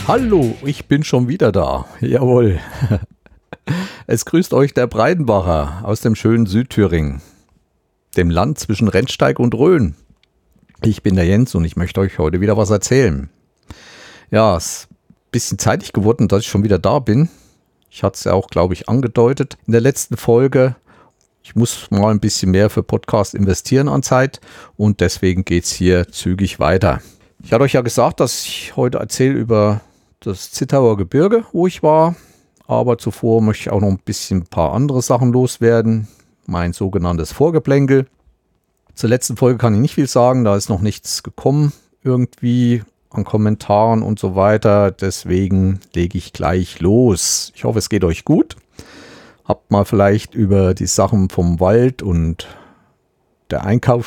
Hallo, ich bin schon wieder da. Jawohl. Es grüßt euch der Breidenbacher aus dem schönen Südthüringen, dem Land zwischen Rennsteig und Rhön. Ich bin der Jens und ich möchte euch heute wieder was erzählen. Ja, es ist ein bisschen zeitig geworden, dass ich schon wieder da bin. Ich hatte es ja auch, glaube ich, angedeutet in der letzten Folge. Ich muss mal ein bisschen mehr für Podcast investieren an Zeit und deswegen geht es hier zügig weiter. Ich hatte euch ja gesagt, dass ich heute erzähle über das Zittauer Gebirge, wo ich war. Aber zuvor möchte ich auch noch ein paar andere Sachen loswerden. Mein sogenanntes Vorgeplänkel. Zur letzten Folge kann ich nicht viel sagen, da ist noch nichts gekommen irgendwie an Kommentaren und so weiter. Deswegen lege ich gleich los. Ich hoffe, es geht euch gut. Habt mal vielleicht über die Sachen vom Wald und der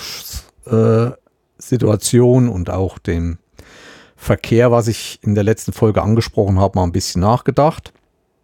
Einkaufssituation und auch dem Verkehr, was ich in der letzten Folge angesprochen habe, mal ein bisschen nachgedacht.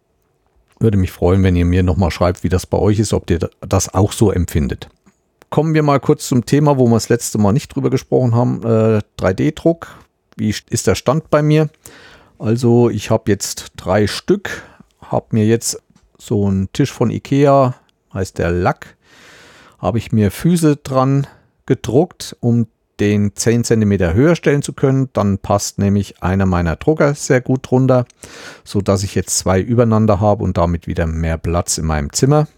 Würde mich freuen, wenn ihr mir nochmal schreibt, wie das bei euch ist, ob ihr das auch so empfindet. Kommen wir mal kurz zum Thema, wo wir das letzte Mal nicht drüber gesprochen haben. 3D-Druck. Wie ist der Stand bei mir? Also ich habe jetzt 3 Stück. Habe mir jetzt so einen Tisch von Ikea, heißt der Lack, habe ich mir Füße dran gedruckt, um den 10 cm höher stellen zu können. Dann passt nämlich einer meiner Drucker sehr gut drunter, so dass ich jetzt 2 übereinander habe und damit wieder mehr Platz in meinem Zimmer.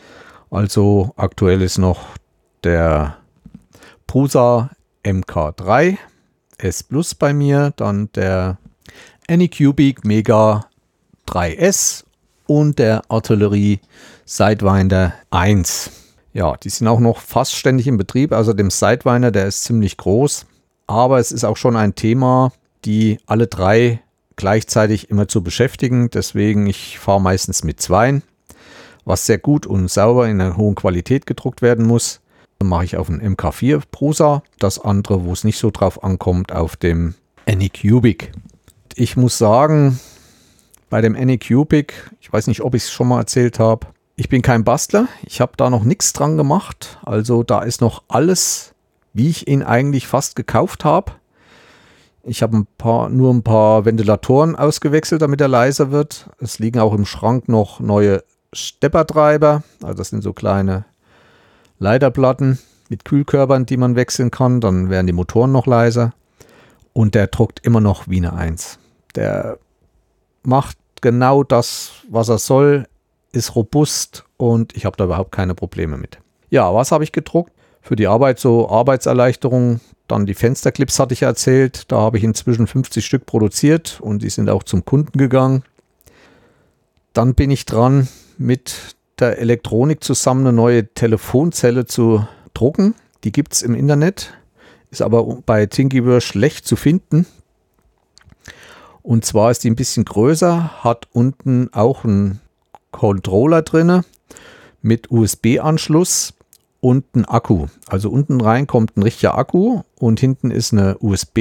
Also aktuell ist noch der Prusa MK3 S Plus bei mir, dann der Anycubic Mega 3S und der Artillerie Sidewinder 1. Ja, die sind auch noch fast ständig in Betrieb. Also dem Sidewinder, der ist ziemlich groß. Aber es ist auch schon ein Thema, die alle 3 gleichzeitig immer zu beschäftigen. Deswegen, ich fahre meistens mit 2, was sehr gut und sauber in einer hohen Qualität gedruckt werden muss. Dann mache ich auf dem MK4 Prusa. Das andere, wo es nicht so drauf ankommt, auf dem Anycubic. Ich muss sagen, bei dem Anycubic, ich weiß nicht, ob ich es schon mal erzählt habe, ich bin kein Bastler, ich habe da noch nichts dran gemacht, also da ist noch alles, wie ich ihn eigentlich fast gekauft habe. Ich habe nur ein paar Ventilatoren ausgewechselt, damit er leiser wird. Es liegen auch im Schrank noch neue Steppertreiber, also das sind so kleine Leiterplatten mit Kühlkörpern, die man wechseln kann, dann werden die Motoren noch leiser und der druckt immer noch wie eine 1. Der macht genau das, was er soll, ist robust und ich habe da überhaupt keine Probleme mit. Ja, was habe ich gedruckt? Für die Arbeit so Arbeitserleichterung, dann die Fensterclips hatte ich erzählt. Da habe ich inzwischen 50 Stück produziert und die sind auch zum Kunden gegangen. Dann bin ich dran, mit der Elektronik zusammen eine neue Telefonzelle zu drucken. Die gibt es im Internet, ist aber bei Thingiverse schlecht zu finden. Und zwar ist die ein bisschen größer, hat unten auch einen Controller drinne mit USB-Anschluss und ein Akku. Also unten rein kommt ein richtiger Akku und hinten ist eine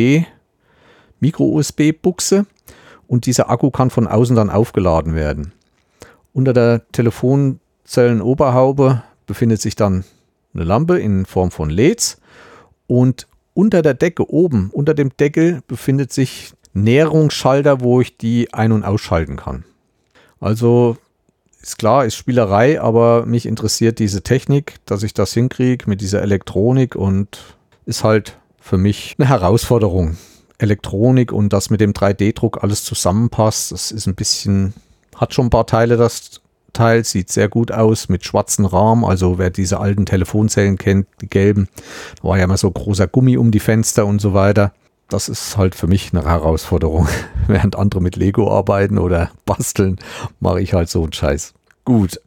Micro-USB-Buchse und dieser Akku kann von außen dann aufgeladen werden. Unter der Telefonzellenoberhaube befindet sich dann eine Lampe in Form von LEDs und unter der Decke oben, unter dem Deckel befindet sich ein Näherungsschalter, wo ich die ein- und ausschalten kann. Also ist klar, ist Spielerei, aber mich interessiert diese Technik, dass ich das hinkriege mit dieser Elektronik und ist halt für mich eine Herausforderung. Elektronik und das mit dem 3D-Druck alles zusammenpasst, das ist ein bisschen, hat schon ein paar Teile, das Teil sieht sehr gut aus mit schwarzen Rahmen, also wer diese alten Telefonzellen kennt, die gelben, da war ja immer so großer Gummi um die Fenster und so weiter. Das ist halt für mich eine Herausforderung. Während andere mit Lego arbeiten oder basteln, mache ich halt so einen Scheiß. Gut,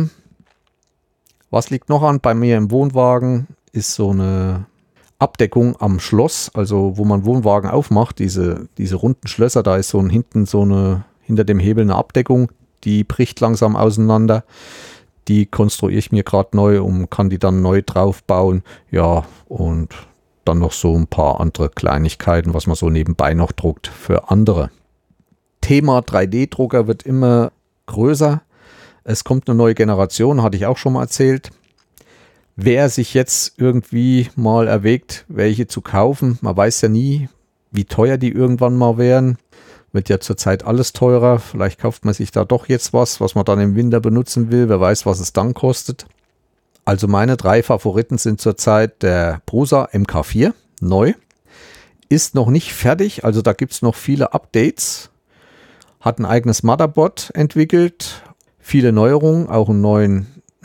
was liegt noch an? Bei mir im Wohnwagen ist so eine Abdeckung am Schloss, also wo man Wohnwagen aufmacht, diese runden Schlösser, da ist hinter dem Hebel eine Abdeckung, die bricht langsam auseinander. Die konstruiere ich mir gerade neu und kann die dann neu drauf bauen. Ja, und dann noch so ein paar andere Kleinigkeiten, was man so nebenbei noch druckt für andere. Thema 3D-Drucker wird immer größer. Es kommt eine neue Generation, hatte ich auch schon mal erzählt. Wer sich jetzt irgendwie mal erwägt, welche zu kaufen, man weiß ja nie, wie teuer die irgendwann mal wären. Wird ja zurzeit alles teurer. Vielleicht kauft man sich da doch jetzt was man dann im Winter benutzen will. Wer weiß, was es dann kostet. Also meine 3 Favoriten sind zurzeit der Prusa MK4, neu. Ist noch nicht fertig, also da gibt es noch viele Updates. Hat ein eigenes Motherboard entwickelt. Viele Neuerungen, auch einen neuen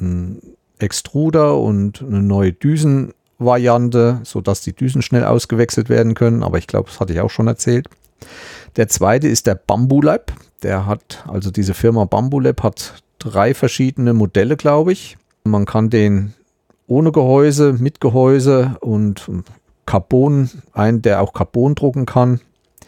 Extruder und eine neue Düsenvariante, sodass die Düsen schnell ausgewechselt werden können. Aber ich glaube, das hatte ich auch schon erzählt. Der zweite ist der Bambulab. Also diese Firma Bambulab hat 3 verschiedene Modelle, glaube ich. Man kann den ohne Gehäuse, mit Gehäuse und Carbon, der auch Carbon drucken kann.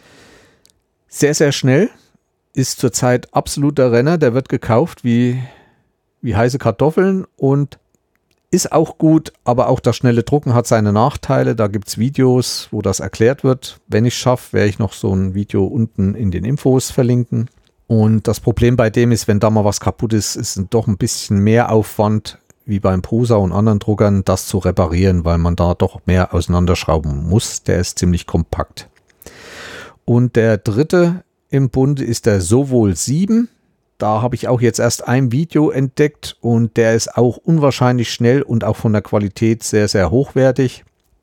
Sehr, sehr schnell. Ist zurzeit absoluter Renner. Der wird gekauft wie heiße Kartoffeln und ist auch gut, aber auch das schnelle Drucken hat seine Nachteile. Da gibt es Videos, wo das erklärt wird. Wenn ich es schaffe, werde ich noch so ein Video unten in den Infos verlinken. Und das Problem bei dem ist, wenn da mal was kaputt ist, ist doch ein bisschen mehr Aufwand wie beim Prusa und anderen Druckern, das zu reparieren, weil man da doch mehr auseinanderschrauben muss. Der ist ziemlich kompakt. Und der dritte im Bunde ist der Sovol 7. Da habe ich auch jetzt erst ein Video entdeckt und der ist auch unwahrscheinlich schnell und auch von der Qualität sehr, sehr hochwertig.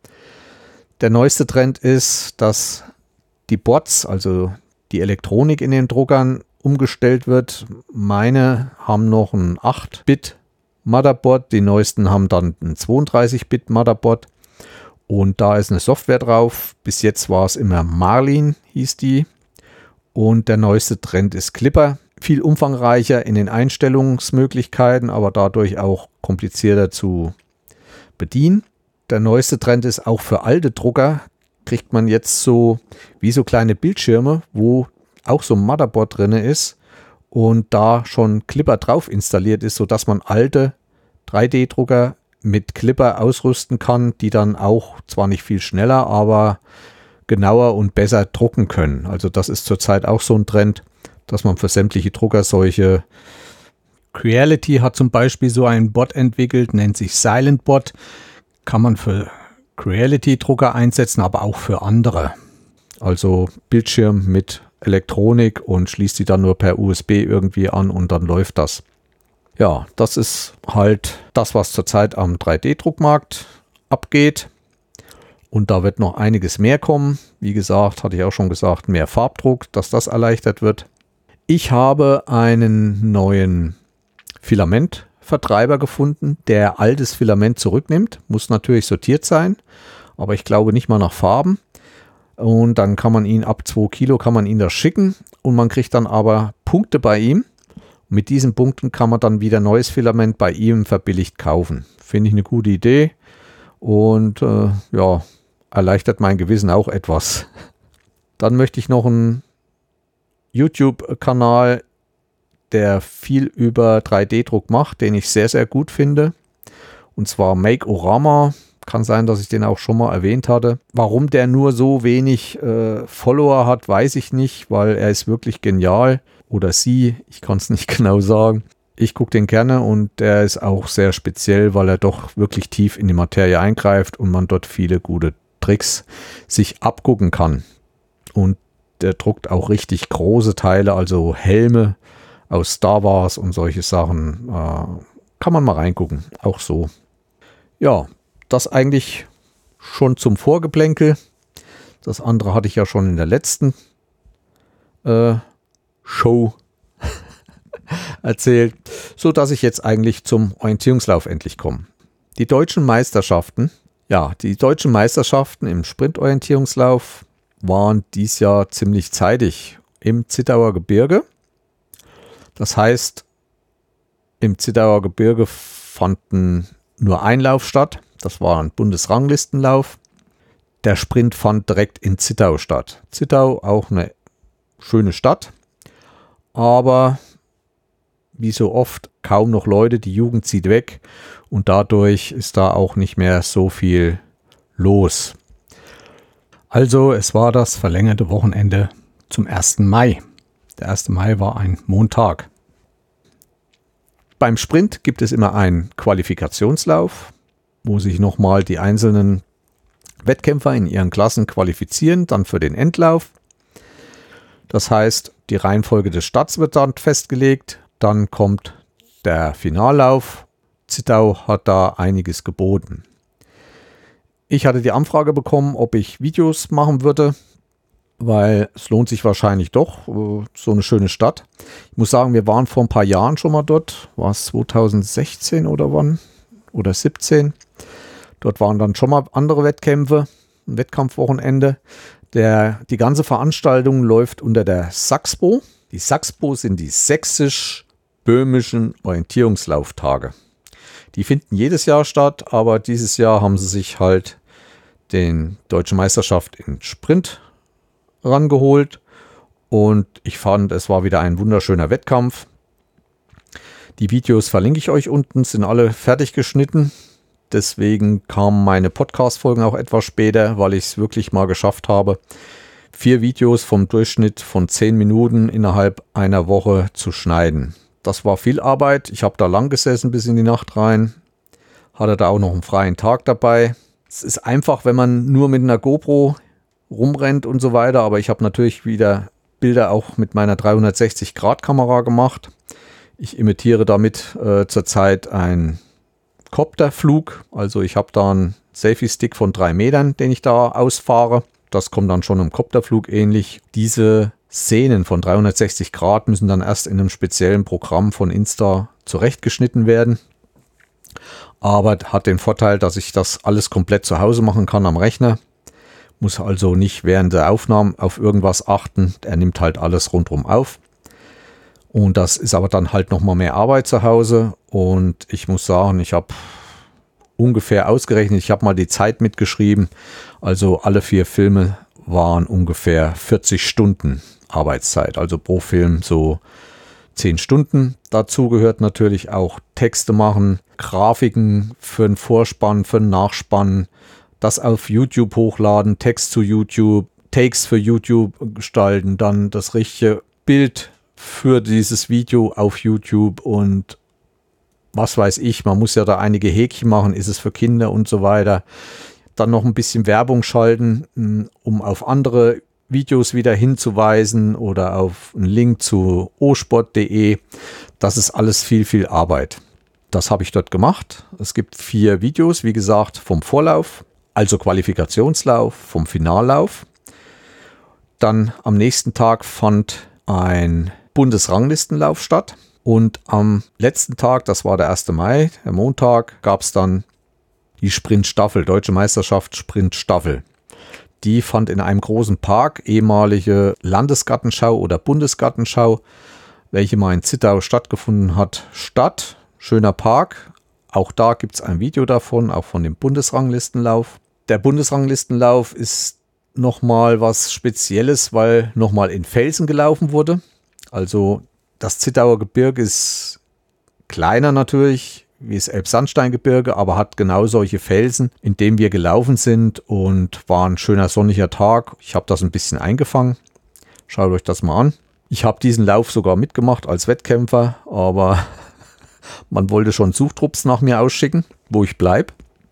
Der neueste Trend ist, dass die Boards, also die Elektronik in den Druckern, umgestellt wird. Meine haben noch ein 8-Bit Motherboard, die neuesten haben dann ein 32-Bit Motherboard und da ist eine Software drauf. Bis jetzt war es immer Marlin, hieß die. Und der neueste Trend ist Clipper. Viel umfangreicher in den Einstellungsmöglichkeiten, aber dadurch auch komplizierter zu bedienen. Der neueste Trend ist auch für alte Drucker, kriegt man jetzt so wie so kleine Bildschirme, wo auch so ein Motherboard drin ist und da schon Clipper drauf installiert ist, sodass man alte 3D-Drucker mit Clipper ausrüsten kann, die dann auch zwar nicht viel schneller, aber genauer und besser drucken können. Also das ist zurzeit auch so ein Trend, dass man für sämtliche Drucker solche... Creality hat zum Beispiel so einen Bot entwickelt, nennt sich SilentBot. Kann man für Creality-Drucker einsetzen, aber auch für andere. Also Bildschirm mit Elektronik und schließt die dann nur per USB irgendwie an und dann läuft das. Ja, das ist halt das, was zurzeit am 3D-Druckmarkt abgeht. Und da wird noch einiges mehr kommen. Wie gesagt, hatte ich auch schon gesagt, mehr Farbdruck, dass das erleichtert wird. Ich habe einen neuen Filamentvertreiber gefunden, der altes Filament zurücknimmt. Muss natürlich sortiert sein, aber ich glaube nicht mal nach Farben. Und dann kann man ihn ab 2 Kilo kann man ihn das schicken und man kriegt dann aber Punkte bei ihm. Mit diesen Punkten kann man dann wieder neues Filament bei ihm verbilligt kaufen. Finde ich eine gute Idee und ja, erleichtert mein Gewissen auch etwas. Dann möchte ich noch einen YouTube-Kanal, der viel über 3D-Druck macht, den ich sehr, sehr gut finde. Und zwar Make-O-Rama. Kann sein, dass ich den auch schon mal erwähnt hatte. Warum der nur so wenig Follower hat, weiß ich nicht, weil er ist wirklich genial. Oder sie, ich kann es nicht genau sagen. Ich gucke den gerne und der ist auch sehr speziell, weil er doch wirklich tief in die Materie eingreift und man dort viele gute Tricks sich abgucken kann. Und der druckt auch richtig große Teile, also Helme aus Star Wars und solche Sachen. Kann man mal reingucken, auch so. Ja, das eigentlich schon zum Vorgeplänkel. Das andere hatte ich ja schon in der letzten Show erzählt, so dass ich jetzt eigentlich zum Orientierungslauf endlich komme. Die deutschen Meisterschaften im Sprintorientierungslauf waren dies Jahr ziemlich zeitig im Zittauer Gebirge. Das heißt, im Zittauer Gebirge fanden nur ein Lauf statt. Das war ein Bundesranglistenlauf. Der Sprint fand direkt in Zittau statt. Zittau, auch eine schöne Stadt, aber wie so oft kaum noch Leute, die Jugend zieht weg und dadurch ist da auch nicht mehr so viel los. Also es war das verlängerte Wochenende zum 1. Mai. Der 1. Mai war ein Montag. Beim Sprint gibt es immer einen Qualifikationslauf, wo sich nochmal die einzelnen Wettkämpfer in ihren Klassen qualifizieren, dann für den Endlauf. Das heißt, die Reihenfolge des Starts wird dann festgelegt, dann kommt der Finallauf. Zittau hat da einiges geboten. Ich hatte die Anfrage bekommen, ob ich Videos machen würde, weil es lohnt sich wahrscheinlich doch, so eine schöne Stadt. Ich muss sagen, wir waren vor ein paar Jahren schon mal dort, war es 2016 oder wann? Oder 17. Dort waren dann schon mal andere Wettkämpfe, ein Wettkampfwochenende. Die ganze Veranstaltung läuft unter der SAXPO. Die SAXPO sind die sächsisch-böhmischen Orientierungslauftage. Die finden jedes Jahr statt, aber dieses Jahr haben sie sich halt den Deutsche Meisterschaft in Sprint rangeholt und ich fand, es war wieder ein wunderschöner Wettkampf. Die Videos verlinke ich euch unten, sind alle fertig geschnitten. Deswegen kamen meine Podcast-Folgen auch etwas später, weil ich es wirklich mal geschafft habe, 4 Videos vom Durchschnitt von 10 Minuten innerhalb einer Woche zu schneiden. Das war viel Arbeit. Ich habe da lang gesessen bis in die Nacht rein. Hatte da auch noch einen freien Tag dabei. Es ist einfach, wenn man nur mit einer GoPro rumrennt und so weiter. Aber ich habe natürlich wieder Bilder auch mit meiner 360-Grad-Kamera gemacht. Ich imitiere damit zurzeit einen Copterflug. Also ich habe da einen Selfie-Stick von 3 Metern, den ich da ausfahre. Das kommt dann schon im Copterflug ähnlich. Diese Szenen von 360 Grad müssen dann erst in einem speziellen Programm von Insta zurechtgeschnitten werden. Aber hat den Vorteil, dass ich das alles komplett zu Hause machen kann am Rechner. Muss also nicht während der Aufnahmen auf irgendwas achten. Er nimmt halt alles rundherum auf. Und das ist aber dann halt nochmal mehr Arbeit zu Hause. Und ich muss sagen, ich habe ungefähr ausgerechnet, ich habe mal die Zeit mitgeschrieben. Also alle 4 Filme waren ungefähr 40 Stunden Arbeitszeit. Also pro Film so 10 Stunden. Dazu gehört natürlich auch Texte machen, Grafiken für den Vorspann, für den Nachspann, das auf YouTube hochladen, Text zu YouTube, Takes für YouTube gestalten, dann das richtige Bild für dieses Video auf YouTube und was weiß ich, man muss ja da einige Häkchen machen, ist es für Kinder und so weiter. Dann noch ein bisschen Werbung schalten, um auf andere Videos wieder hinzuweisen oder auf einen Link zu osport.de. Das ist alles viel Arbeit. Das habe ich dort gemacht. Es gibt 4 Videos, wie gesagt, vom Vorlauf, also Qualifikationslauf, vom Finallauf. Dann am nächsten Tag fand ein Bundesranglistenlauf statt. Und am letzten Tag, das war der 1. Mai, der Montag, gab es dann die Sprintstaffel, Deutsche Meisterschaft Sprintstaffel. Die fand in einem großen Park, ehemalige Landesgartenschau oder Bundesgartenschau, welche mal in Zittau stattgefunden hat, statt. Schöner Park. Auch da gibt es ein Video davon, auch von dem Bundesranglistenlauf. Der Bundesranglistenlauf ist nochmal was Spezielles, weil nochmal in Felsen gelaufen wurde. Also das Zittauer Gebirge ist kleiner natürlich, wie das Elbsandsteingebirge, aber hat genau solche Felsen, in denen wir gelaufen sind und war ein schöner sonniger Tag. Ich habe das ein bisschen eingefangen. Schaut euch das mal an. Ich habe diesen Lauf sogar mitgemacht als Wettkämpfer, aber man wollte schon Suchtrupps nach mir ausschicken, wo ich bleibe.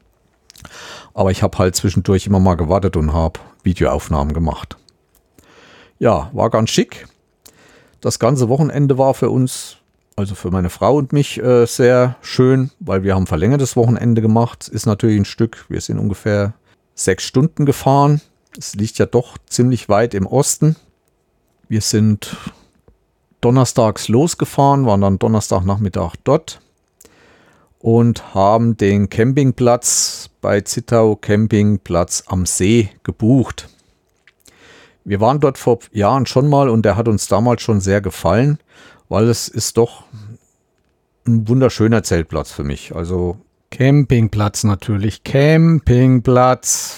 Aber ich habe halt zwischendurch immer mal gewartet und habe Videoaufnahmen gemacht. Ja, war ganz schick. Das ganze Wochenende war für uns, also für meine Frau und mich, sehr schön, weil wir haben verlängertes Wochenende gemacht. Ist natürlich ein Stück, wir sind ungefähr 6 Stunden gefahren. Es liegt ja doch ziemlich weit im Osten. Wir sind donnerstags losgefahren, waren dann Donnerstagnachmittag dort und haben den Campingplatz bei Zittau, Campingplatz am See, gebucht. Wir waren dort vor Jahren schon mal und der hat uns damals schon sehr gefallen, weil es ist doch ein wunderschöner Zeltplatz für mich. Also Campingplatz natürlich, Campingplatz.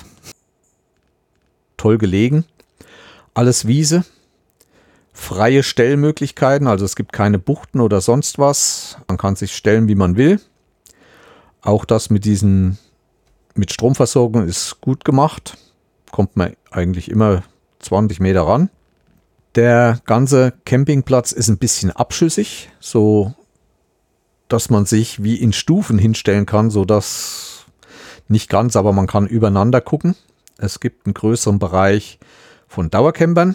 Toll gelegen, alles Wiese, freie Stellmöglichkeiten, also es gibt keine Buchten oder sonst was. Man kann sich stellen, wie man will. Auch das mit Stromversorgung ist gut gemacht. Kommt man eigentlich immer 20 Meter ran. Der ganze Campingplatz ist ein bisschen abschüssig, so dass man sich wie in Stufen hinstellen kann, so dass nicht ganz, aber man kann übereinander gucken. Es gibt einen größeren Bereich von Dauercampern,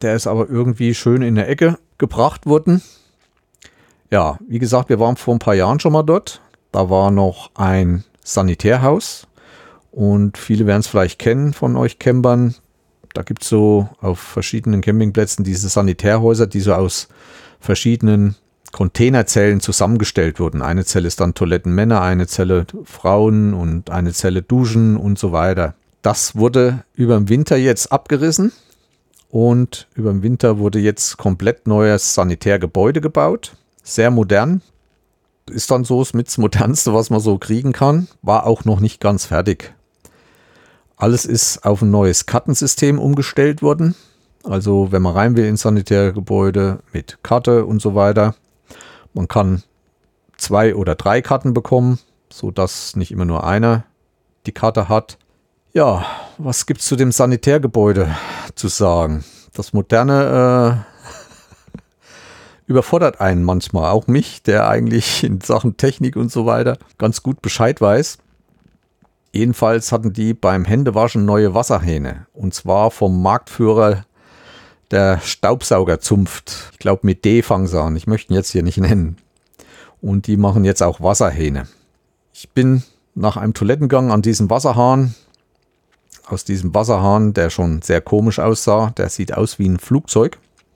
Der ist aber irgendwie schön in der Ecke gebracht worden. Ja, wie gesagt, wir waren vor ein paar Jahren schon mal dort. Da war noch ein Sanitärhaus. Und viele werden es vielleicht kennen von euch Campern. Da gibt es so auf verschiedenen Campingplätzen diese Sanitärhäuser, die so aus verschiedenen Containerzellen zusammengestellt wurden. Eine Zelle ist dann Toiletten Männer, eine Zelle Frauen und eine Zelle Duschen und so weiter. Das wurde über den Winter jetzt abgerissen und über den Winter wurde jetzt komplett neues Sanitärgebäude gebaut. Sehr modern. Ist dann so das Modernste, was man so kriegen kann. War auch noch nicht ganz fertig. Alles ist auf ein neues Kartensystem umgestellt worden. Also wenn man rein will ins Sanitärgebäude mit Karte und so weiter. Man kann 2 oder 3 Karten bekommen, sodass nicht immer nur einer die Karte hat. Ja, was gibt es zu dem Sanitärgebäude zu sagen? Das Moderne überfordert einen manchmal, auch mich, der eigentlich in Sachen Technik und so weiter ganz gut Bescheid weiß. Jedenfalls hatten die beim Händewaschen neue Wasserhähne. Und zwar vom Marktführer der Staubsaugerzunft. Ich glaube mit D fangen sie an. Ich möchte ihn jetzt hier nicht nennen. Und die machen jetzt auch Wasserhähne. Ich bin nach einem Toilettengang an diesem Wasserhahn. Aus diesem Wasserhahn, der schon sehr komisch aussah. Der sieht aus wie ein Flugzeug.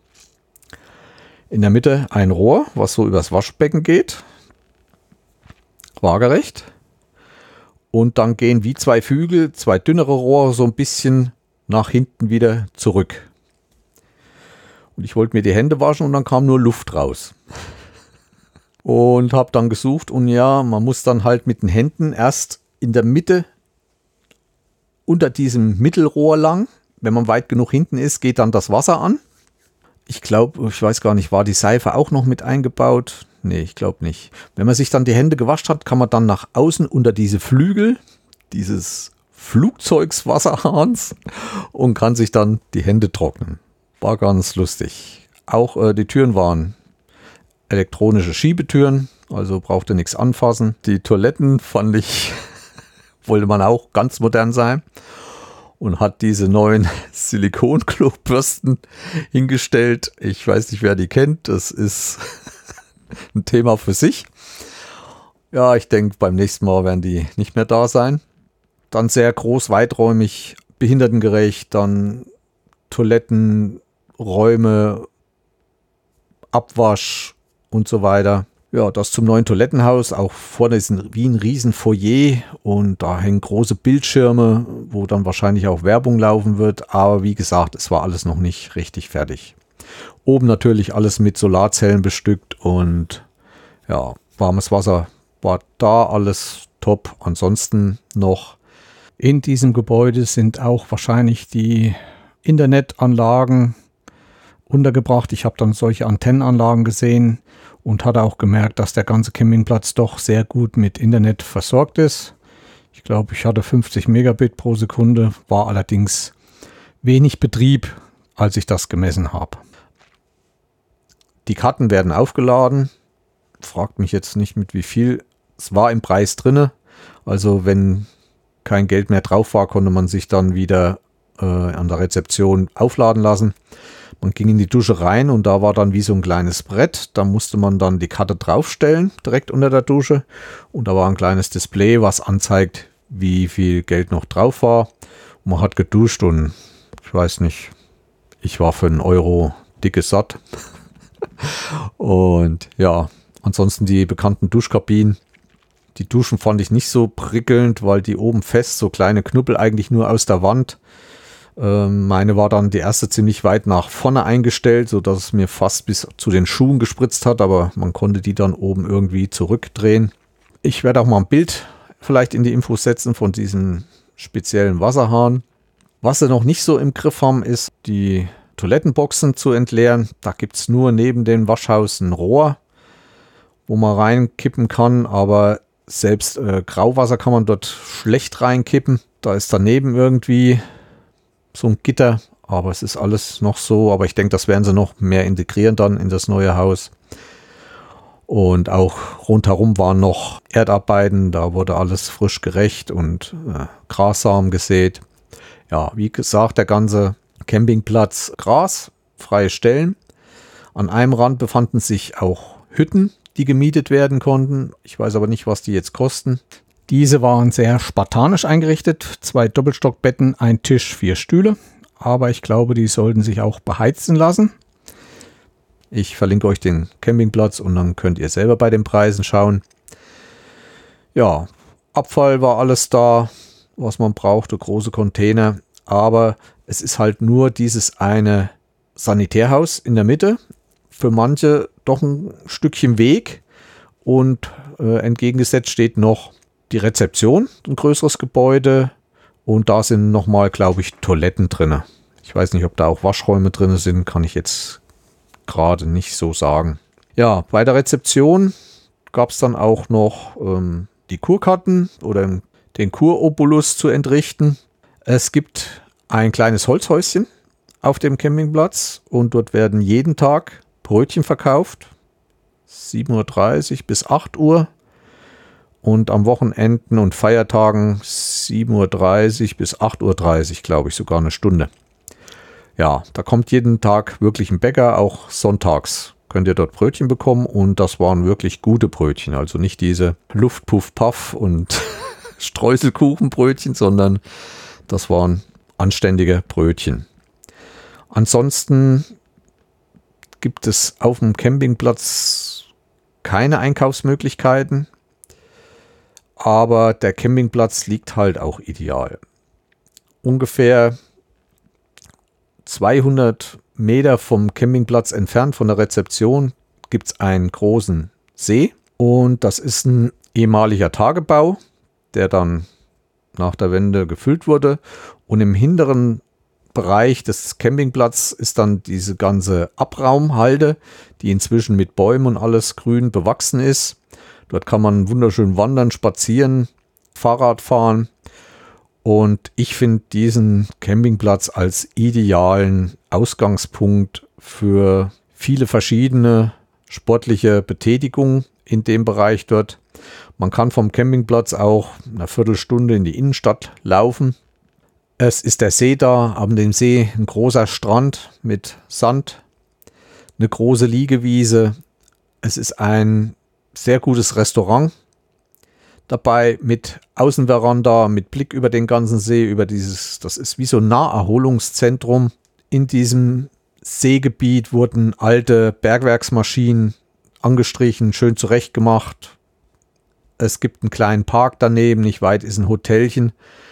In der Mitte ein Rohr, was so übers Waschbecken geht. Waagerecht. Und dann gehen wie 2 Flügel, 2 dünnere Rohre so ein bisschen nach hinten wieder zurück. Und ich wollte mir die Hände waschen und dann kam nur Luft raus. Und habe dann gesucht und ja, man muss dann halt mit den Händen erst in der Mitte unter diesem Mittelrohr lang. Wenn man weit genug hinten ist, geht dann das Wasser an. Ich glaube, ich weiß gar nicht, war die Seife auch noch mit eingebaut? Nee, ich glaube nicht. Wenn man sich dann die Hände gewaschen hat, kann man dann nach außen unter diese Flügel dieses Flugzeugswasserhahns und kann sich dann die Hände trocknen. War ganz lustig. Auch die Türen waren elektronische Schiebetüren, also brauchte nichts anfassen. Die Toiletten fand ich, wollte man auch ganz modern sein und hat diese neuen Silikon-Klobürsten hingestellt. Ich weiß nicht, wer die kennt, das ist ein Thema für sich. Ja, ich denke, beim nächsten Mal werden die nicht mehr da sein. Dann sehr groß, weiträumig, behindertengerecht, dann Toiletten, Räume, Abwasch und so weiter. Ja, das zum neuen Toilettenhaus. Auch vorne ist wie ein riesen Foyer und da hängen große Bildschirme, wo dann wahrscheinlich auch Werbung laufen wird. Aber wie gesagt, es war alles noch nicht richtig fertig. Oben natürlich alles mit Solarzellen bestückt und ja, warmes Wasser war da, alles top. Ansonsten noch in diesem Gebäude sind auch wahrscheinlich die Internetanlagen untergebracht. Ich habe dann solche Antennenanlagen gesehen und hatte auch gemerkt, dass der ganze Campingplatz doch sehr gut mit Internet versorgt ist. Ich glaube, ich hatte 50 Megabit pro Sekunde, war allerdings wenig Betrieb, als ich das gemessen habe. Die Karten werden aufgeladen. Fragt mich jetzt nicht mit wie viel. Es war im Preis drinne. Also wenn kein Geld mehr drauf war, konnte man sich dann wieder an der Rezeption aufladen lassen. Man ging in die Dusche rein und da war dann wie so ein kleines Brett. Da musste man dann die Karte draufstellen, direkt unter der Dusche. Und da war ein kleines Display, was anzeigt, wie viel Geld noch drauf war. Und man hat geduscht und ich weiß nicht, ich war für 1 Euro dicke satt. Und ja, ansonsten die bekannten Duschkabinen. Die Duschen fand ich nicht so prickelnd, weil die oben fest, so kleine Knubbel eigentlich nur aus der Wand. Meine war dann die erste ziemlich weit nach vorne eingestellt, sodass es mir fast bis zu den Schuhen gespritzt hat, aber man konnte die dann oben irgendwie zurückdrehen. Ich werde auch mal ein Bild vielleicht in die Infos setzen von diesem speziellen Wasserhahn. Was sie noch nicht so im Griff haben, ist die Toilettenboxen zu entleeren. Da gibt es nur neben dem Waschhaus ein Rohr, wo man reinkippen kann, aber selbst Grauwasser kann man dort schlecht reinkippen. Da ist daneben irgendwie so ein Gitter, aber es ist alles noch so, aber ich denke, das werden sie noch mehr integrieren dann in das neue Haus. Und auch rundherum waren noch Erdarbeiten, da wurde alles frisch gerecht und Grassamen gesät. Ja, wie gesagt, der ganze Campingplatz Gras freie Stellen. An einem Rand befanden sich auch Hütten, die gemietet werden konnten. Ich weiß aber nicht, was die jetzt kosten. Diese waren sehr spartanisch eingerichtet. 2 Doppelstockbetten, ein Tisch, 4 Stühle. Aber ich glaube, die sollten sich auch beheizen lassen. Ich verlinke euch den Campingplatz und dann könnt ihr selber bei den Preisen schauen. Ja, Abfall war alles da, was man brauchte, große Container. Aber es ist halt nur dieses eine Sanitärhaus in der Mitte. Für manche doch ein Stückchen Weg. Und entgegengesetzt steht noch die Rezeption, ein größeres Gebäude. Und da sind nochmal, glaube ich, Toiletten drin. Ich weiß nicht, ob da auch Waschräume drin sind, kann ich jetzt gerade nicht so sagen. Ja, bei der Rezeption gab es dann auch noch die Kurkarten oder den Kurobolus zu entrichten. Es gibt ein kleines Holzhäuschen auf dem Campingplatz und dort werden jeden Tag Brötchen verkauft. 7:30 Uhr bis 8 Uhr. Und am Wochenenden und Feiertagen 7:30 Uhr bis 8:30 Uhr, glaube ich, sogar eine Stunde. Ja, da kommt jeden Tag wirklich ein Bäcker, auch sonntags könnt ihr dort Brötchen bekommen und das waren wirklich gute Brötchen. Also nicht diese Luft, Puff, Paff und Streuselkuchenbrötchen, sondern das waren anständige Brötchen. Ansonsten gibt es auf dem Campingplatz keine Einkaufsmöglichkeiten. Aber der Campingplatz liegt halt auch ideal. Ungefähr 200 Meter vom Campingplatz entfernt von der Rezeption gibt es einen großen See. Und das ist ein ehemaliger Tagebau, der dann nach der Wende gefüllt wurde. Und im hinteren Bereich des Campingplatzes ist dann diese ganze Abraumhalde, die inzwischen mit Bäumen und alles grün bewachsen ist. Dort kann man wunderschön wandern, spazieren, Fahrrad fahren. Und ich finde diesen Campingplatz als idealen Ausgangspunkt für viele verschiedene sportliche Betätigungen in dem Bereich dort. Man kann vom Campingplatz auch eine Viertelstunde in die Innenstadt laufen. Es ist der See da, an dem See ein großer Strand mit Sand, eine große Liegewiese. Es ist ein sehr gutes Restaurant dabei mit Außenveranda, mit Blick über den ganzen See, das ist wie so ein Naherholungszentrum. In diesem Seegebiet wurden alte Bergwerksmaschinen angestrichen, schön zurechtgemacht. Es gibt einen kleinen Park daneben, nicht weit ist ein Hotelchen.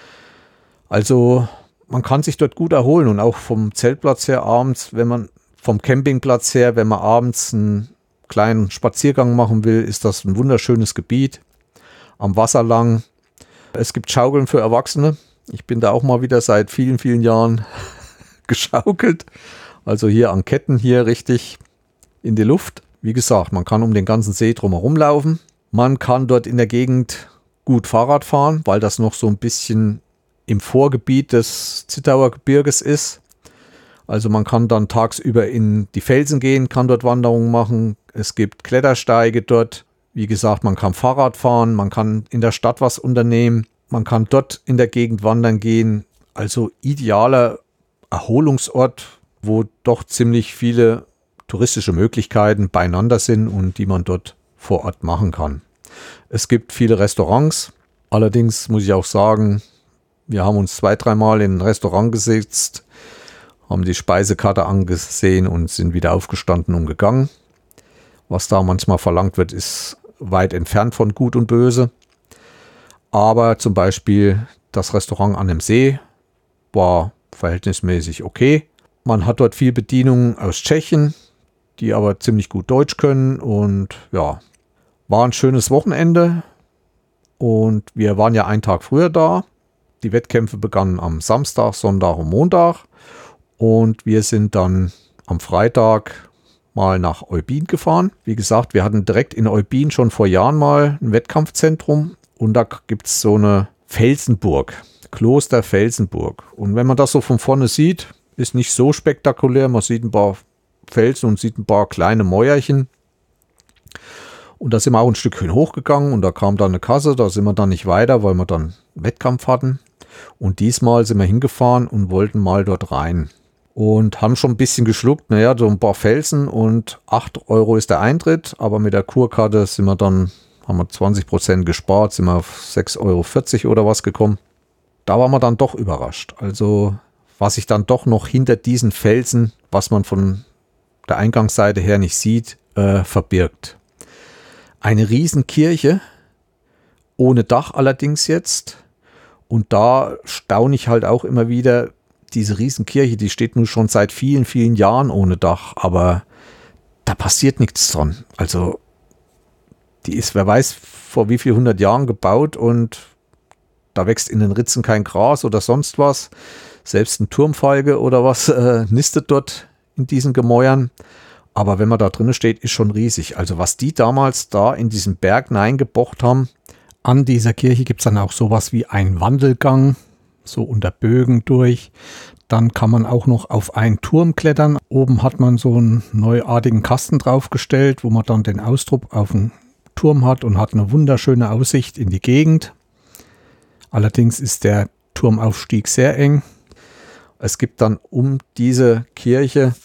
Also man kann sich dort gut erholen und auch vom Zeltplatz her abends, vom Campingplatz her, wenn man abends einen kleinen Spaziergang machen will, ist das ein wunderschönes Gebiet. Am Wasser lang. Es gibt Schaukeln für Erwachsene. Ich bin da auch mal wieder seit vielen, vielen Jahren geschaukelt. Also hier an Ketten, hier richtig in die Luft. Wie gesagt, man kann um den ganzen See drumherum laufen. Man kann dort in der Gegend gut Fahrrad fahren, weil das noch so ein bisschen im Vorgebiet des Zittauer Gebirges ist. Also man kann dann tagsüber in die Felsen gehen, kann dort Wanderungen machen. Es gibt Klettersteige dort. Wie gesagt, man kann Fahrrad fahren, man kann in der Stadt was unternehmen. Man kann dort in der Gegend wandern gehen. Also idealer Erholungsort, wo doch ziemlich viele touristische Möglichkeiten beieinander sind und die man dort vor Ort machen kann. Es gibt viele Restaurants. Allerdings muss ich auch sagen, wir haben uns 2-3 Mal in ein Restaurant gesetzt, haben die Speisekarte angesehen und sind wieder aufgestanden und gegangen. Was da manchmal verlangt wird, ist weit entfernt von Gut und Böse. Aber zum Beispiel das Restaurant an dem See war verhältnismäßig okay. Man hat dort viel Bedienung aus Tschechien, die aber ziemlich gut Deutsch können. Und ja, war ein schönes Wochenende. Und wir waren ja einen Tag früher da. Die Wettkämpfe begannen am Samstag, Sonntag und Montag. Und wir sind dann am Freitag mal nach Eubin gefahren. Wie gesagt, wir hatten direkt in Eubin schon vor Jahren mal ein Wettkampfzentrum. Und da gibt es so eine Felsenburg, Kloster Felsenburg. Und wenn man das so von vorne sieht, ist nicht so spektakulär. Man sieht ein paar Felsen und sieht ein paar kleine Mäuerchen. Und da sind wir auch ein Stückchen hochgegangen und da kam dann eine Kasse. Da sind wir dann nicht weiter, weil wir dann einen Wettkampf hatten. Und diesmal sind wir hingefahren und wollten mal dort rein. und haben schon ein bisschen geschluckt. Naja, so ein paar Felsen und 8 Euro ist der Eintritt, aber mit der Kurkarte sind wir dann, haben wir 20% gespart, sind wir auf 6,40 Euro oder was gekommen. Da waren wir dann doch überrascht. Also was sich dann doch noch hinter diesen Felsen, was man von der Eingangsseite her nicht sieht, verbirgt. Eine Riesenkirche, ohne Dach allerdings jetzt. Und da staune ich halt auch immer wieder, diese Riesenkirche, die steht nun schon seit vielen, vielen Jahren ohne Dach, aber da passiert nichts dran. Also die ist, wer weiß, vor wie viel 100 Jahren gebaut und da wächst in den Ritzen kein Gras oder sonst was. Selbst ein Turmfeige oder was nistet dort in diesen Gemäuern. Aber wenn man da drinnen steht, ist schon riesig. Also was die damals da in diesen Berg hineingebohrt haben. An dieser Kirche gibt es dann auch sowas wie einen Wandelgang, so unter Bögen durch. Dann kann man auch noch auf einen Turm klettern. Oben hat man so einen neuartigen Kasten draufgestellt, wo man dann den Ausdruck auf den Turm hat und hat eine wunderschöne Aussicht in die Gegend. Allerdings ist der Turmaufstieg sehr eng. Es gibt dann um diese Kirche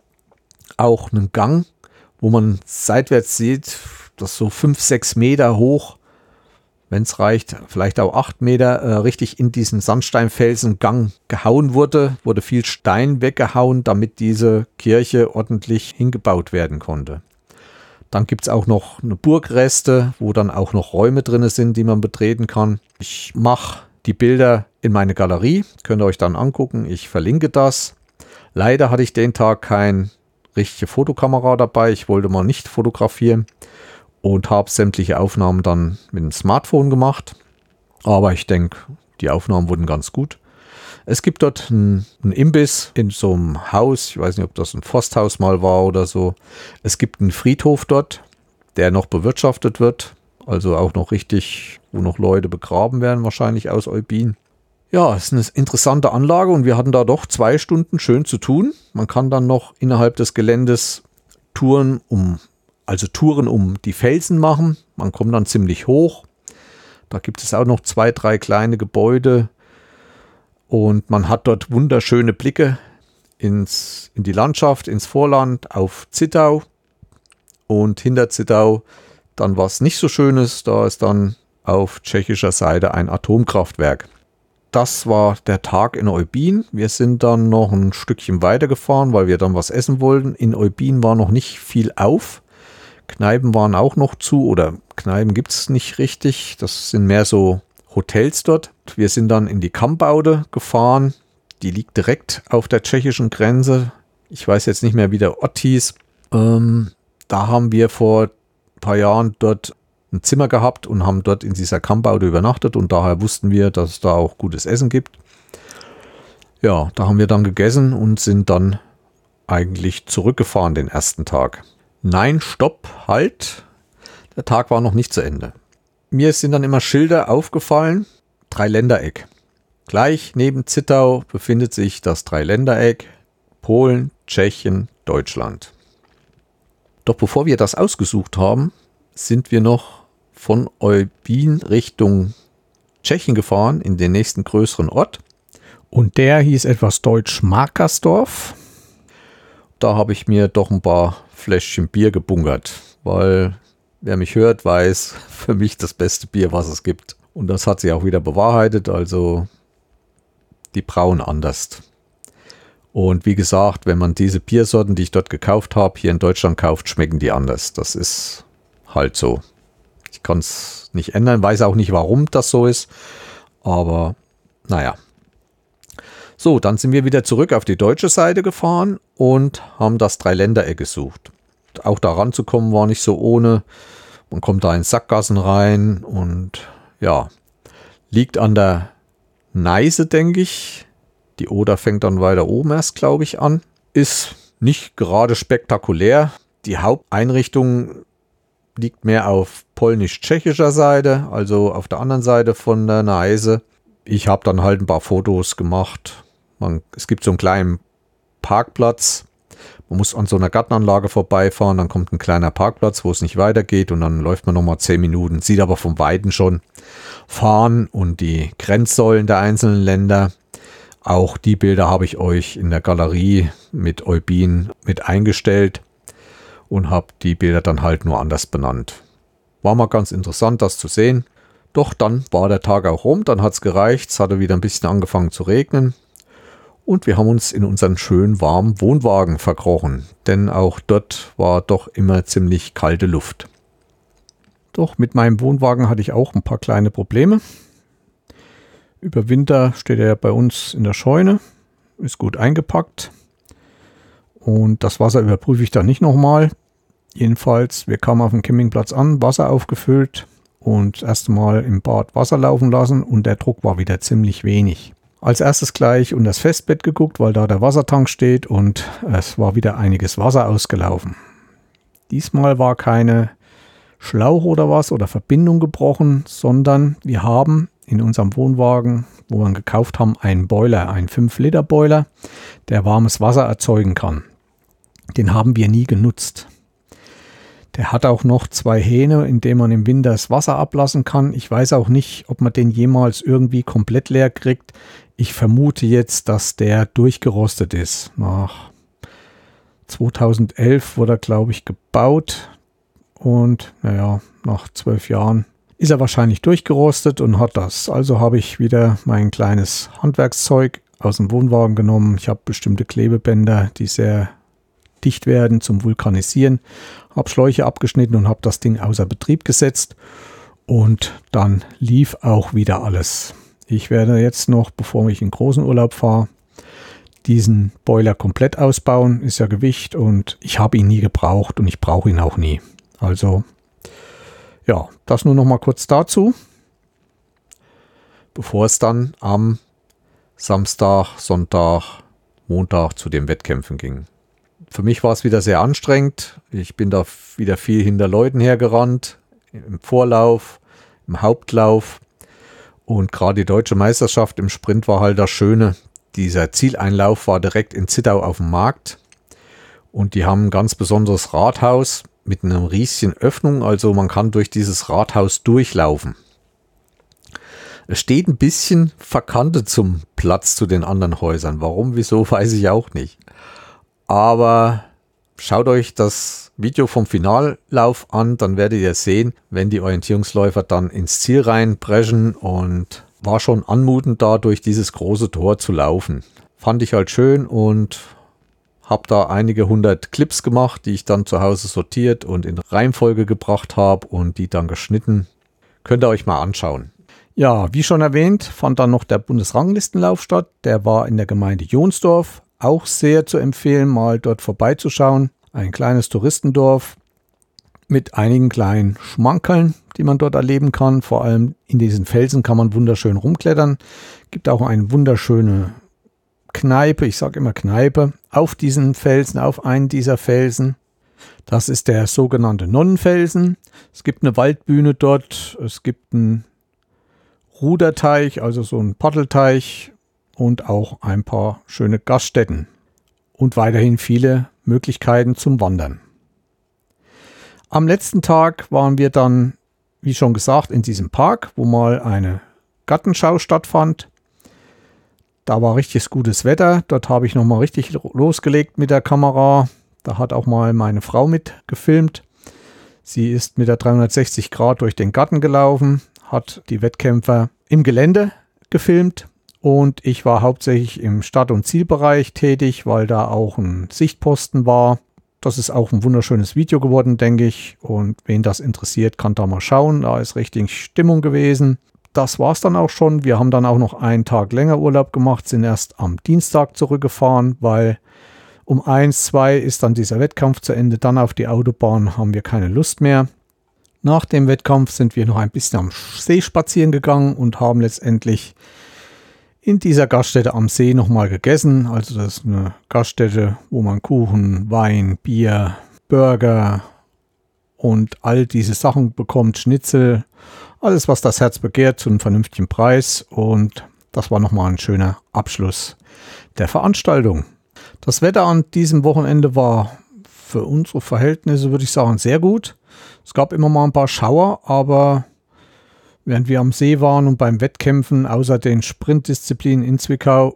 auch einen Gang, wo man seitwärts sieht, das so 5, 6 Meter hoch, wenn es reicht, vielleicht auch 8 Meter, richtig in diesen Sandsteinfelsengang gehauen wurde viel Stein weggehauen, damit diese Kirche ordentlich hingebaut werden konnte. Dann gibt es auch noch eine Burgreste, wo dann auch noch Räume drin sind, die man betreten kann. Ich mache die Bilder in meine Galerie, könnt ihr euch dann angucken. Ich verlinke das. Leider hatte ich den Tag keine richtige Fotokamera dabei. Ich wollte mal nicht fotografieren und habe sämtliche Aufnahmen dann mit dem Smartphone gemacht. Aber ich denke, die Aufnahmen wurden ganz gut. Es gibt dort einen Imbiss in so einem Haus. Ich weiß nicht, ob das ein Forsthaus mal war oder so. Es gibt einen Friedhof dort, der noch bewirtschaftet wird. Also auch noch richtig, wo noch Leute begraben werden, wahrscheinlich aus Eubin. Ja, es ist eine interessante Anlage und wir hatten da doch 2 Stunden schön zu tun. Man kann dann noch innerhalb des Geländes Touren um die Felsen machen. Man kommt dann ziemlich hoch. Da gibt es auch noch 2, 3 kleine Gebäude. Und man hat dort wunderschöne Blicke in die Landschaft, ins Vorland, auf Zittau. Und hinter Zittau dann was nicht so Schönes. Da ist dann auf tschechischer Seite ein Atomkraftwerk. Das war der Tag in Eubin. Wir sind dann noch ein Stückchen weitergefahren, weil wir dann was essen wollten. In Eubin war noch nicht viel auf. Kneipen waren auch noch zu, oder Kneipen gibt es nicht richtig. Das sind mehr so Hotels dort. Wir sind dann in die Kambaude gefahren. Die liegt direkt auf der tschechischen Grenze. Ich weiß jetzt nicht mehr, wie der Ort hieß. Da haben wir vor ein paar Jahren dort ein Zimmer gehabt und haben dort in dieser Kambaude übernachtet und daher wussten wir, dass es da auch gutes Essen gibt. Ja, da haben wir dann gegessen und sind dann eigentlich zurückgefahren den ersten Tag. Nein, stopp, halt. Der Tag war noch nicht zu Ende. Mir sind dann immer Schilder aufgefallen. Dreiländereck. Gleich neben Zittau befindet sich das Dreiländereck. Polen, Tschechien, Deutschland. Doch bevor wir das ausgesucht haben, sind wir noch von Eubin Richtung Tschechien gefahren, in den nächsten größeren Ort. Und der hieß etwas deutsch Markersdorf. Da habe ich mir doch ein paar Fläschchen Bier gebunkert, weil wer mich hört, weiß, für mich das beste Bier, was es gibt. Und das hat sich auch wieder bewahrheitet, also die brauen anders. Und wie gesagt, wenn man diese Biersorten, die ich dort gekauft habe, hier in Deutschland kauft, schmecken die anders. Das ist halt so. Ich kann es nicht ändern, weiß auch nicht, warum das so ist, aber naja. So, dann sind wir wieder zurück auf die deutsche Seite gefahren und haben das Dreiländereck gesucht. Auch da ranzukommen war nicht so ohne. Man kommt da in Sackgassen rein und ja, liegt an der Neiße, denke ich. Die Oder fängt dann weiter oben erst, glaube ich, an. Ist nicht gerade spektakulär. Die Haupteinrichtung liegt mehr auf polnisch-tschechischer Seite, also auf der anderen Seite von der Neiße. Ich habe dann halt ein paar Fotos gemacht. Es gibt so einen kleinen Parkplatz. Man muss an so einer Gartenanlage vorbeifahren, dann kommt ein kleiner Parkplatz, wo es nicht weitergeht und dann läuft man nochmal 10 Minuten, sieht aber vom Weiten schon Fahren und die Grenzsäulen der einzelnen Länder. Auch die Bilder habe ich euch in der Galerie mit Eubin mit eingestellt und habe die Bilder dann halt nur anders benannt. War mal ganz interessant, das zu sehen. Doch dann war der Tag auch rum, dann hat es gereicht, es hatte wieder ein bisschen angefangen zu regnen und wir haben uns in unseren schönen warmen Wohnwagen verkrochen, denn auch dort war doch immer ziemlich kalte Luft. Doch mit meinem Wohnwagen hatte ich auch ein paar kleine Probleme. Über Winter steht er bei uns in der Scheune, ist gut eingepackt und das Wasser überprüfe ich dann nicht nochmal. Jedenfalls, wir kamen auf dem Campingplatz an, Wasser aufgefüllt und das erste Mal im Bad Wasser laufen lassen und der Druck war wieder ziemlich wenig. Als erstes gleich unter das Festbett geguckt, weil da der Wassertank steht und es war wieder einiges Wasser ausgelaufen. Diesmal war keine Schlauch oder was oder Verbindung gebrochen, sondern wir haben in unserem Wohnwagen, wo wir ihn gekauft haben, einen Boiler, einen 5-Liter-Boiler, der warmes Wasser erzeugen kann. Den haben wir nie genutzt. Der hat auch noch 2 Hähne, in denen man im Winter das Wasser ablassen kann. Ich weiß auch nicht, ob man den jemals irgendwie komplett leer kriegt. Ich vermute jetzt, dass der durchgerostet ist. Nach 2011 wurde er, glaube ich, gebaut. Und naja, nach 12 Jahren ist er wahrscheinlich durchgerostet und hat das. Also habe ich wieder mein kleines Handwerkszeug aus dem Wohnwagen genommen. Ich habe bestimmte Klebebänder, die sehr dicht werden zum Vulkanisieren, habe Schläuche abgeschnitten und habe das Ding außer Betrieb gesetzt und dann lief auch wieder alles. Ich werde jetzt noch, bevor ich in großen Urlaub fahre, diesen Boiler komplett ausbauen, ist ja Gewicht und ich habe ihn nie gebraucht und ich brauche ihn auch nie. Also ja, das nur noch mal kurz dazu, bevor es dann am Samstag, Sonntag, Montag zu den Wettkämpfen ging. Für mich war es wieder sehr anstrengend. Ich bin da wieder viel hinter Leuten hergerannt, im Vorlauf, im Hauptlauf. Und gerade die deutsche Meisterschaft im Sprint war halt das Schöne. Dieser Zieleinlauf war direkt in Zittau auf dem Markt. Und die haben ein ganz besonderes Rathaus mit einer riesigen Öffnung. Also man kann durch dieses Rathaus durchlaufen. Es steht ein bisschen verkantet zum Platz zu den anderen Häusern. Warum, wieso, weiß ich auch nicht. Aber schaut euch das Video vom Finallauf an, dann werdet ihr sehen, wenn die Orientierungsläufer dann ins Ziel reinpreschen und war schon anmutend da durch dieses große Tor zu laufen. Fand ich halt schön und habe da einige 100 Clips gemacht, die ich dann zu Hause sortiert und in Reihenfolge gebracht habe und die dann geschnitten. Könnt ihr euch mal anschauen. Ja, wie schon erwähnt, fand dann noch der Bundesranglistenlauf statt. Der war in der Gemeinde Jonsdorf. Auch sehr zu empfehlen, mal dort vorbeizuschauen. Ein kleines Touristendorf mit einigen kleinen Schmankerln, die man dort erleben kann. Vor allem in diesen Felsen kann man wunderschön rumklettern. Gibt auch eine wunderschöne Kneipe, ich sage immer Kneipe, auf diesen Felsen, auf einen dieser Felsen. Das ist der sogenannte Nonnenfelsen. Es gibt eine Waldbühne dort, es gibt einen Ruderteich, also so einen Paddelteich. Und auch ein paar schöne Gaststätten und weiterhin viele Möglichkeiten zum Wandern. Am letzten Tag waren wir dann, wie schon gesagt, in diesem Park, wo mal eine Gartenschau stattfand. Da war richtig gutes Wetter, dort habe ich nochmal richtig losgelegt mit der Kamera. Da hat auch mal meine Frau mitgefilmt. Sie ist mit der 360 Grad durch den Garten gelaufen, hat die Wettkämpfer im Gelände gefilmt. Und ich war hauptsächlich im Start- und Zielbereich tätig, weil da auch ein Sichtposten war. Das ist auch ein wunderschönes Video geworden, denke ich. Und wen das interessiert, kann da mal schauen. Da ist richtig Stimmung gewesen. Das war es dann auch schon. Wir haben dann auch noch einen Tag länger Urlaub gemacht, sind erst am Dienstag zurückgefahren, weil um 1, 2 ist dann dieser Wettkampf zu Ende. Dann auf die Autobahn haben wir keine Lust mehr. Nach dem Wettkampf sind wir noch ein bisschen am See spazieren gegangen und haben letztendlich in dieser Gaststätte am See nochmal gegessen. Also das ist eine Gaststätte, wo man Kuchen, Wein, Bier, Burger und all diese Sachen bekommt, Schnitzel, alles was das Herz begehrt zu einem vernünftigen Preis. Und das war nochmal ein schöner Abschluss der Veranstaltung. Das Wetter an diesem Wochenende war für unsere Verhältnisse, würde ich sagen, sehr gut. Es gab immer mal ein paar Schauer, aber während wir am See waren und beim Wettkämpfen, außer den Sprintdisziplinen in Zwickau,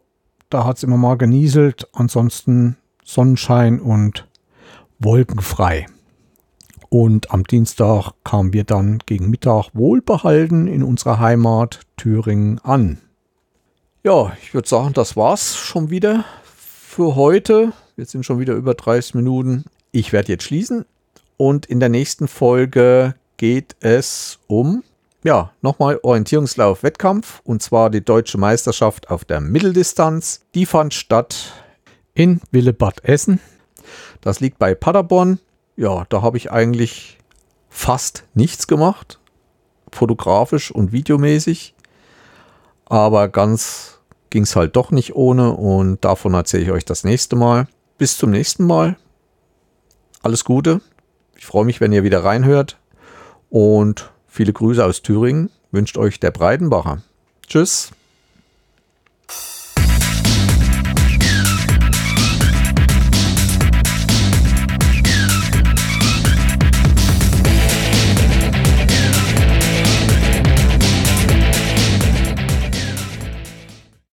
Da hat es immer mal genieselt. Ansonsten Sonnenschein und wolkenfrei. Und am Dienstag kamen wir dann gegen Mittag wohlbehalten in unserer Heimat Thüringen an. Ja, ich würde sagen, das war's schon wieder für heute. Wir sind schon wieder über 30 Minuten. Ich werde jetzt schließen und in der nächsten Folge geht es um, ja, nochmal Orientierungslauf-Wettkampf und zwar die Deutsche Meisterschaft auf der Mitteldistanz. Die fand statt in Willebad Essen. Das liegt bei Paderborn. Ja, da habe ich eigentlich fast nichts gemacht, fotografisch und videomäßig, aber ganz ging es halt doch nicht ohne und davon erzähle ich euch das nächste Mal. Bis zum nächsten Mal. Alles Gute. Ich freue mich, wenn ihr wieder reinhört und viele Grüße aus Thüringen wünscht euch der Breidenbacher. Tschüss.